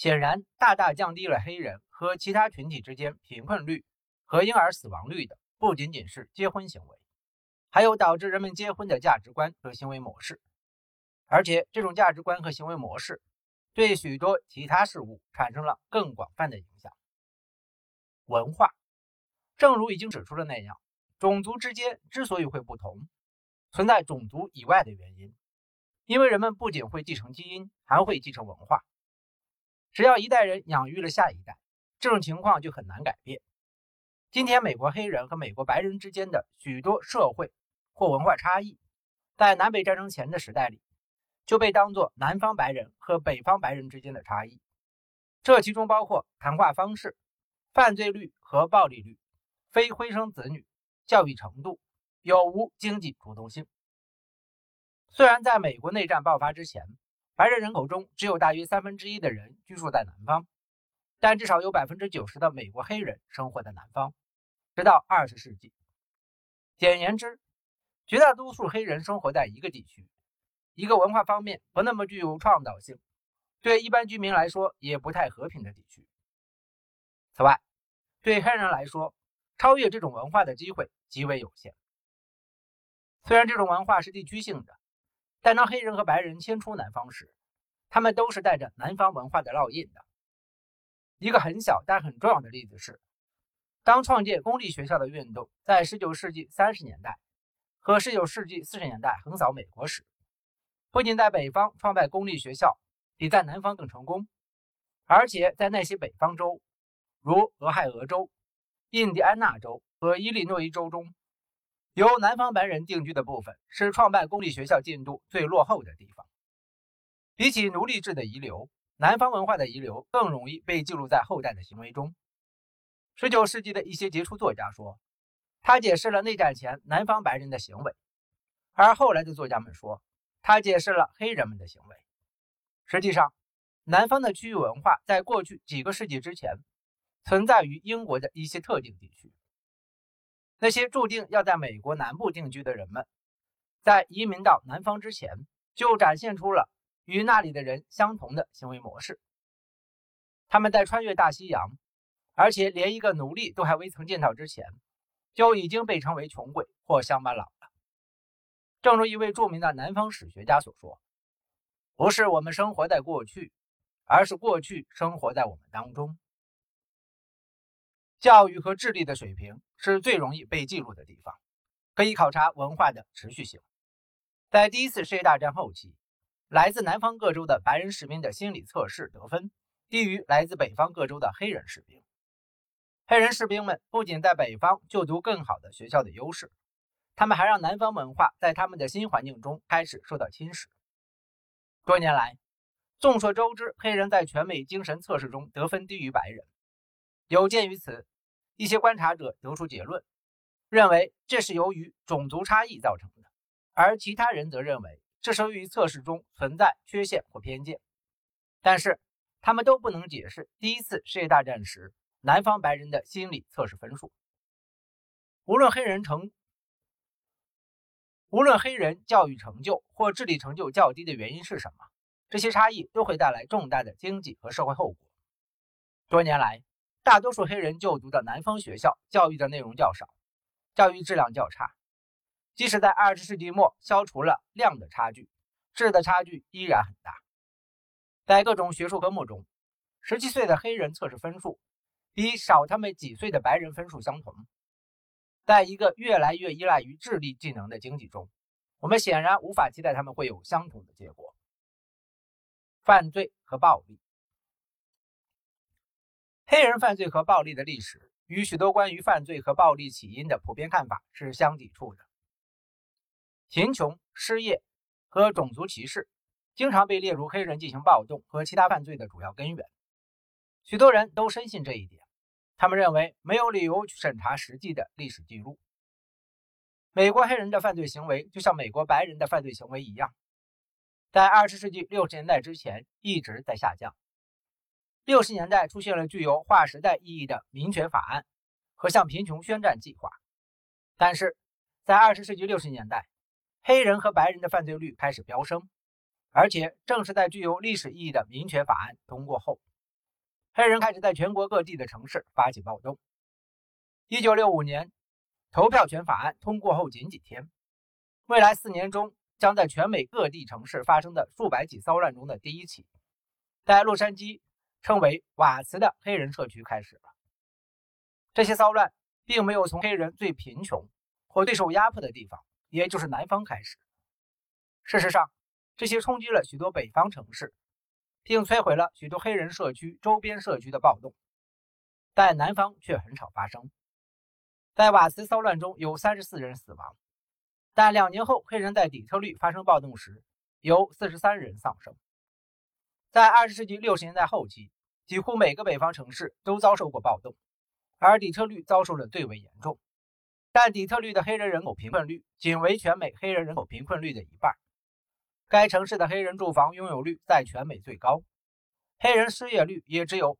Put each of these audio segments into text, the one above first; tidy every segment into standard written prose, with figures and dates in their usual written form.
显然大大降低了黑人和其他群体之间贫困率和婴儿死亡率的不仅仅是结婚行为，还有导致人们结婚的价值观和行为模式。而且这种价值观和行为模式对许多其他事物产生了更广泛的影响。文化，正如已经指出的那样，种族之间之所以会不同，存在种族以外的原因，因为人们不仅会继承基因，还会继承文化。只要一代人养育了下一代，这种情况就很难改变。今天美国黑人和美国白人之间的许多社会或文化差异，在南北战争前的时代里就被当作南方白人和北方白人之间的差异，这其中包括谈话方式、犯罪率和暴力率、非婚生子女、教育程度、有无经济主动性。虽然在美国内战爆发之前，白人人口中只有大约1/3的人居住在南方，但至少有90%的美国黑人生活在南方，直到20世纪。简言之，绝大多数黑人生活在一个地区，一个文化方面不那么具有创造性，对一般居民来说也不太和平的地区。此外，对黑人来说，超越这种文化的机会极为有限。虽然这种文化是地区性的，但当黑人和白人迁出南方时，他们都是带着南方文化的烙印的。一个很小但很重要的例子是，当创建公立学校的运动在19世纪30年代和19世纪40年代横扫美国时，不仅在北方创办公立学校比在南方更成功，而且在那些北方州，如俄亥俄州、印第安纳州和伊利诺伊州中，由南方白人定居的部分是创办公立学校进度最落后的地方。比起奴隶制的遗留，南方文化的遗留更容易被记录在后代的行为中。19世纪的一些杰出作家说，他解释了内战前南方白人的行为，而后来的作家们说，他解释了黑人们的行为。实际上，南方的区域文化在过去几个世纪之前存在于英国的一些特定地区。那些注定要在美国南部定居的人们，在移民到南方之前，就展现出了与那里的人相同的行为模式。他们在穿越大西洋，而且连一个奴隶都还未曾见到之前，就已经被称为穷鬼或乡巴佬了。正如一位著名的南方史学家所说，不是我们生活在过去，而是过去生活在我们当中。教育和智力的水平是最容易被记录的地方，可以考察文化的持续性。在第一次世界大战后期，来自南方各州的白人士兵的心理测试得分低于来自北方各州的黑人士兵。黑人士兵们不仅在北方就读更好的学校的优势，他们还让南方文化在他们的新环境中开始受到侵蚀。多年来，众所周知，黑人在全美精神测试中得分低于白人。有鉴于此，一些观察者得出结论，认为这是由于种族差异造成的，而其他人则认为这是由于测试中存在缺陷或偏见。但是，他们都不能解释第一次世界大战时南方白人的心理测试分数。无论黑人教育成就或智力成就较低的原因是什么，这些差异都会带来重大的经济和社会后果。多年来，大多数黑人就读的南方学校教育的内容较少，教育质量较差。即使在20世纪末消除了量的差距，质的差距依然很大。在各种学术科目中，17岁的黑人测试分数比少他们几岁的白人分数相同。在一个越来越依赖于智力技能的经济中，我们显然无法期待他们会有相同的结果。犯罪和暴力。黑人犯罪和暴力的历史与许多关于犯罪和暴力起因的普遍看法是相抵触的。贫穷、失业和种族歧视经常被列入黑人进行暴动和其他犯罪的主要根源。许多人都深信这一点，他们认为没有理由去审查实际的历史记录。美国黑人的犯罪行为就像美国白人的犯罪行为一样，在20世纪60年代之前一直在下降。60年代出现了具有划时代意义的民权法案和向贫穷宣战计划，但是在20世纪60年代，黑人和白人的犯罪率开始飙升，而且正是在具有历史意义的民权法案通过后， 黑人开始在全国各地的城市发起暴动。1965年，投票权法案通过后仅几天，未来4年中将在全美各地城市发生的数百起骚乱中的第一起，在洛杉矶称为瓦茨的黑人社区开始了。这些骚乱并没有从黑人最贫穷或最受压迫的地方，也就是南方开始。事实上，这些冲击了许多北方城市，并摧毁了许多黑人社区周边社区的暴动，但南方却很少发生。在瓦茨骚乱中有34人死亡，但2年后黑人在底特律发生暴动时有43人丧生。在20世纪60年代后期，几乎每个北方城市都遭受过暴动，而底特律遭受的最为严重。但底特律的黑人人口贫困率仅为全美黑人人口贫困率的一半，该城市的黑人住房拥有率在全美最高，黑人失业率也只有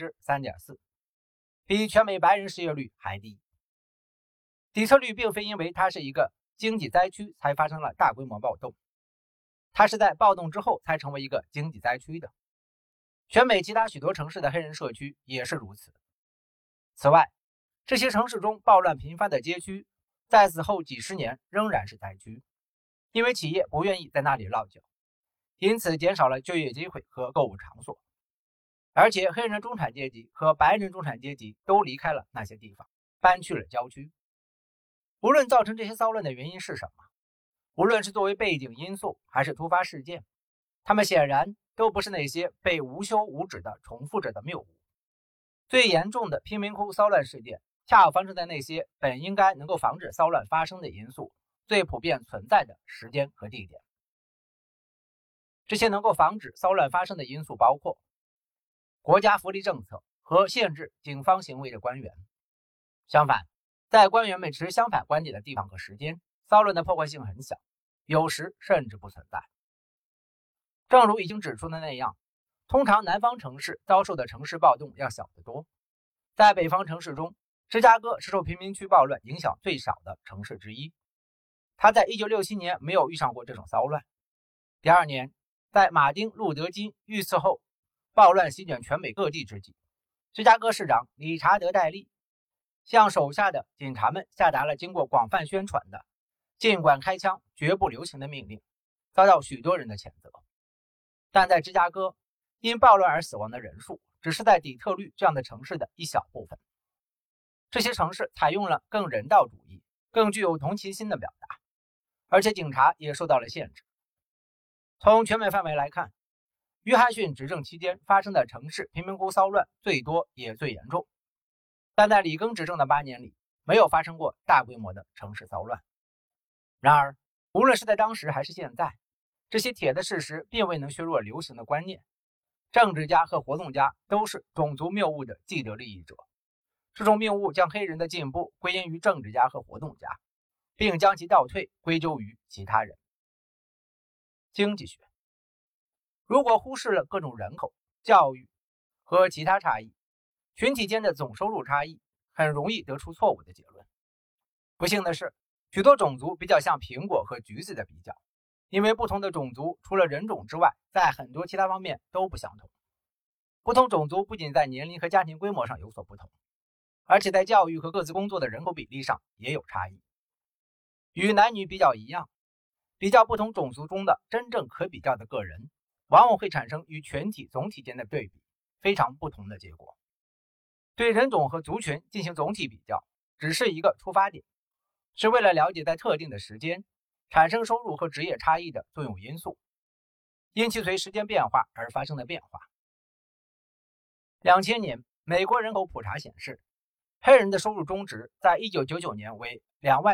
3.4%， 比全美白人失业率还低。底特律并非因为它是一个经济灾区才发生了大规模暴动，它是在暴动之后才成为一个经济灾区的。全美其他许多城市的黑人社区也是如此。此外，这些城市中暴乱频发的街区在此后几十年仍然是灾区，因为企业不愿意在那里落脚，因此减少了就业机会和购物场所。而且黑人中产阶级和白人中产阶级都离开了那些地方，搬去了郊区。无论造成这些骚乱的原因是什么，无论是作为背景因素还是突发事件，它们显然都不是那些被无休无止地重复着的谬误。最严重的贫民窟骚乱事件恰好发生在那些本应该能够防止骚乱发生的因素最普遍存在的时间和地点。这些能够防止骚乱发生的因素包括国家福利政策和限制警方行为的官员。相反，在官员们持相反观点的地方和时间，骚乱的破坏性很小，有时甚至不存在。正如已经指出的那样，通常南方城市遭受的城市暴动要小得多。在北方城市中，芝加哥是受贫民区暴乱影响最少的城市之一。它在1967年没有遇上过这种骚乱。第二年，在马丁·路德·金遇刺后，暴乱席卷全美各地之际，芝加哥市长理查德·戴利向手下的警察们下达了经过广泛宣传的尽管开枪绝不留情的命令，遭到许多人的谴责。但在芝加哥，因暴乱而死亡的人数只是在底特律这样的城市的一小部分。这些城市采用了更人道主义、更具有同情心的表达，而且警察也受到了限制。从全美范围来看，约翰逊执政期间发生的城市贫民窟骚乱最多也最严重，但在里根执政的8年里，没有发生过大规模的城市骚乱。然而，无论是在当时还是现在，这些铁的事实并未能削弱流行的观念。政治家和活动家都是种族谬误的既得利益者，这种谬误将黑人的进步归因于政治家和活动家，并将其倒退归咎于其他人。经济学，如果忽视了各种人口、教育和其他差异，群体间的总收入差异很容易得出错误的结论。不幸的是，许多种族比较像苹果和橘子的比较，因为不同的种族除了人种之外，在很多其他方面都不相同。不同种族不仅在年龄和家庭规模上有所不同，而且在教育和各自工作的人口比例上也有差异。与男女比较一样，比较不同种族中的真正可比较的个人，往往会产生与全体总体间的对比非常不同的结果。对人种和族群进行总体比较，只是一个出发点，是为了了解在特定的时间产生收入和职业差异的作用因素，因其随时间变化而发生的变化。2000年，美国人口普查显示，黑人的收入中值在1999年为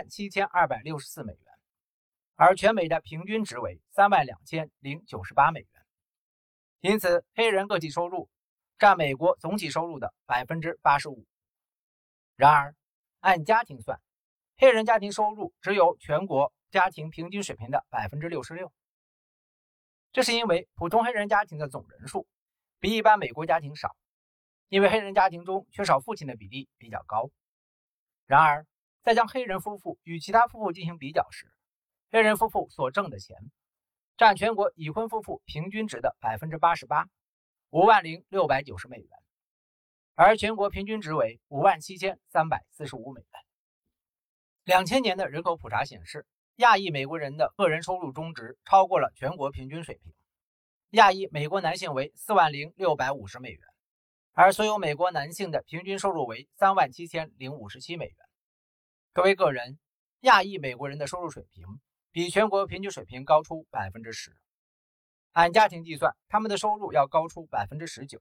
27264美元，而全美的平均值为32098美元。因此，黑人个体收入占美国总体收入的 85%。然而，按家庭算，黑人家庭收入只有全国家庭平均水平的 66%。这是因为普通黑人家庭的总人数比一般美国家庭少，因为黑人家庭中缺少父亲的比例比较高。然而，在将黑人夫妇与其他夫妇进行比较时，黑人夫妇所挣的钱占全国已婚夫妇平均值的 88%，50690美元， 而全国平均值为57345美元。2000年的人口普查显示，亚裔美国人的个人收入中值超过了全国平均水平。亚裔美国男性为40650美元，而所有美国男性的平均收入为37057美元。作为个人，亚裔美国人的收入水平比全国平均水平高出 10%。按家庭计算，他们的收入要高出 19%，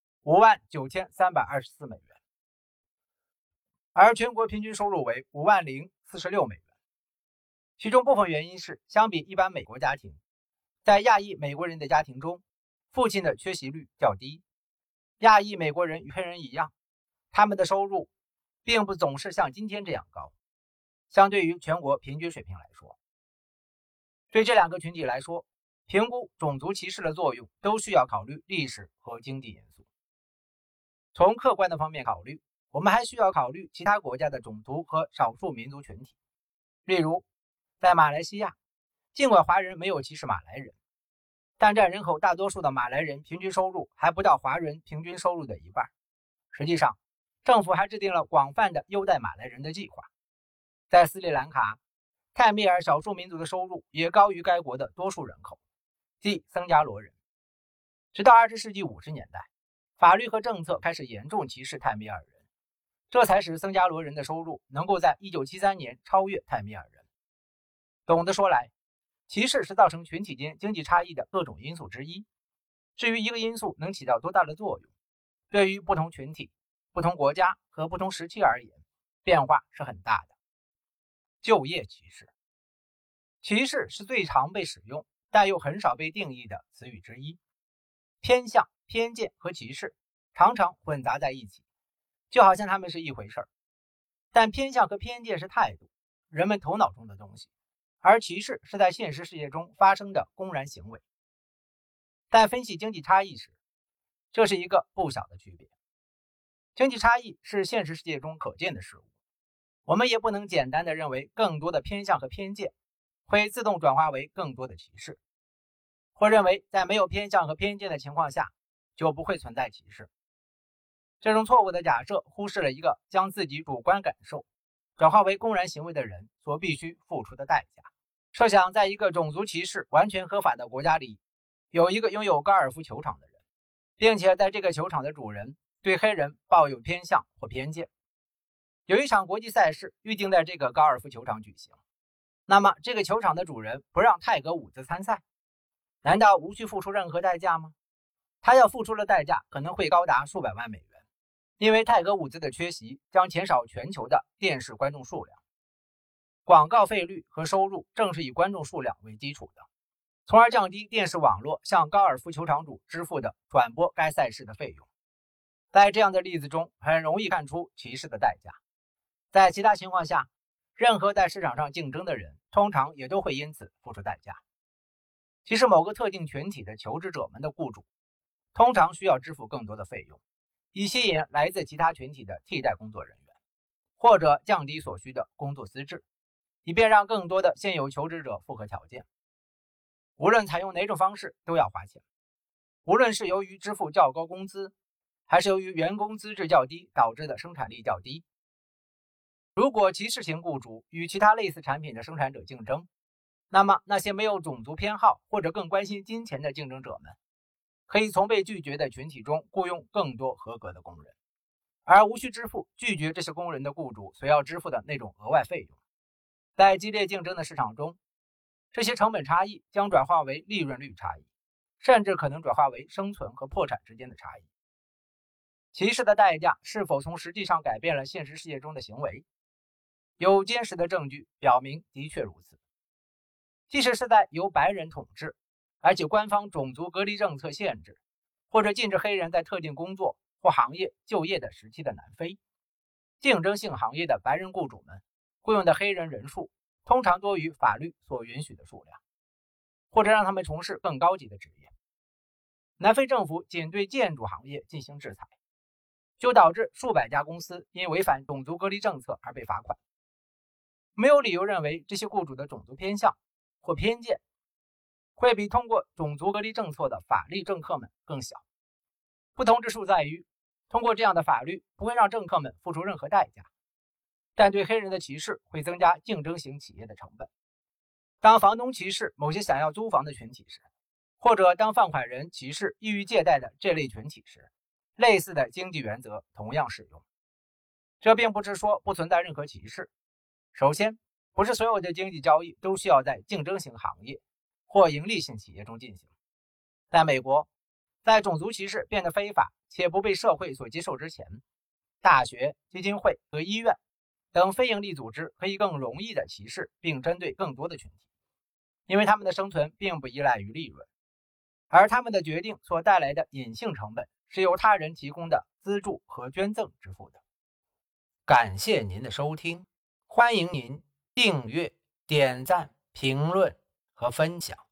59324美元，而全国平均收入为50046美元。其中部分原因是，相比一般美国家庭，在亚裔美国人的家庭中，父亲的缺席率较低。亚裔美国人与黑人一样，他们的收入并不总是像今天这样高，相对于全国平均水平来说。对这两个群体来说，评估种族歧视的作用都需要考虑历史和经济因素。从客观的方面考虑，我们还需要考虑其他国家的种族和少数民族群体。例如，在马来西亚，尽管华人没有歧视马来人，但占人口大多数的马来人平均收入还不到华人平均收入的一半。实际上，政府还制定了广泛的优待马来人的计划。在斯里兰卡，泰米尔少数民族的收入也高于该国的多数人口，即僧伽罗人。直到20世纪50年代，法律和政策开始严重歧视泰米尔人，这才使僧伽罗人的收入能够在1973年超越泰米尔人。总的说来，歧视是造成群体间经济差异的各种因素之一。至于一个因素能起到多大的作用，对于不同群体、不同国家和不同时期而言，变化是很大的。就业歧视，歧视是最常被使用但又很少被定义的词语之一。偏向、偏见和歧视常常混杂在一起，就好像它们是一回事儿。但偏向和偏见是态度，人们头脑中的东西，而歧视是在现实世界中发生的公然行为。但分析经济差异时，这是一个不小的区别。经济差异是现实世界中可见的事物，我们也不能简单的认为更多的偏向和偏见会自动转化为更多的歧视，或认为在没有偏向和偏见的情况下就不会存在歧视。这种错误的假设忽视了一个将自己主观感受转化为公然行为的人所必须付出的代价。设想在一个种族歧视完全合法的国家里，有一个拥有高尔夫球场的人，并且在这个球场的主人对黑人抱有偏向或偏见。有一场国际赛事预定在这个高尔夫球场举行，那么这个球场的主人不让泰格伍兹参赛，难道无需付出任何代价吗？他要付出的代价可能会高达数百万美元，因为泰格伍兹的缺席将减少全球的电视观众数量。广告费率和收入正是以观众数量为基础的，从而降低电视网络向高尔夫球场主支付的转播该赛事的费用。在这样的例子中，很容易看出歧视的代价。在其他情况下，任何在市场上竞争的人通常也都会因此付出代价。其实某个特定群体的求职者们的雇主通常需要支付更多的费用，以吸引来自其他群体的替代工作人员，或者降低所需的工作资质，以便让更多的现有求职者符合条件。无论采用哪种方式都要花钱，无论是由于支付较高工资，还是由于员工资质较低导致的生产力较低。如果歧视型雇主与其他类似产品的生产者竞争，那么那些没有种族偏好或者更关心金钱的竞争者们，可以从被拒绝的群体中雇佣更多合格的工人，而无需支付拒绝这些工人的雇主所要支付的那种额外费用。在激烈竞争的市场中，这些成本差异将转化为利润率差异，甚至可能转化为生存和破产之间的差异。歧视的代价是否从实际上改变了现实世界中的行为？有坚实的证据表明的确如此。即使是在由白人统治，而且官方种族隔离政策限制或者禁止黑人在特定工作或行业就业的时期的南非，竞争性行业的白人雇主们雇佣的黑人人数通常多于法律所允许的数量，或者让他们从事更高级的职业。南非政府仅对建筑行业进行制裁，就导致数百家公司因违反种族隔离政策而被罚款。没有理由认为这些雇主的种族偏向或偏见会比通过种族隔离政策的法律政客们更小。不同之处在于， 通过这样的法律不会让政客们付出任何代价，但对黑人的歧视会增加竞争型企业的成本。当房东歧视某些想要租房的群体时，或者当放款人歧视易于借贷的这类群体时，类似的经济原则同样适用。这并不是说不存在任何歧视。首先，不是所有的经济交易都需要在竞争型行业或盈利性企业中进行。在美国，在种族歧视变得非法且不被社会所接受之前，大学、基金会和医院等非营利组织可以更容易地歧视并针对更多的群体，因为他们的生存并不依赖于利润，而他们的决定所带来的隐性成本是由他人提供的资助和捐赠支付的。感谢您的收听，欢迎您订阅、点赞、评论和分享。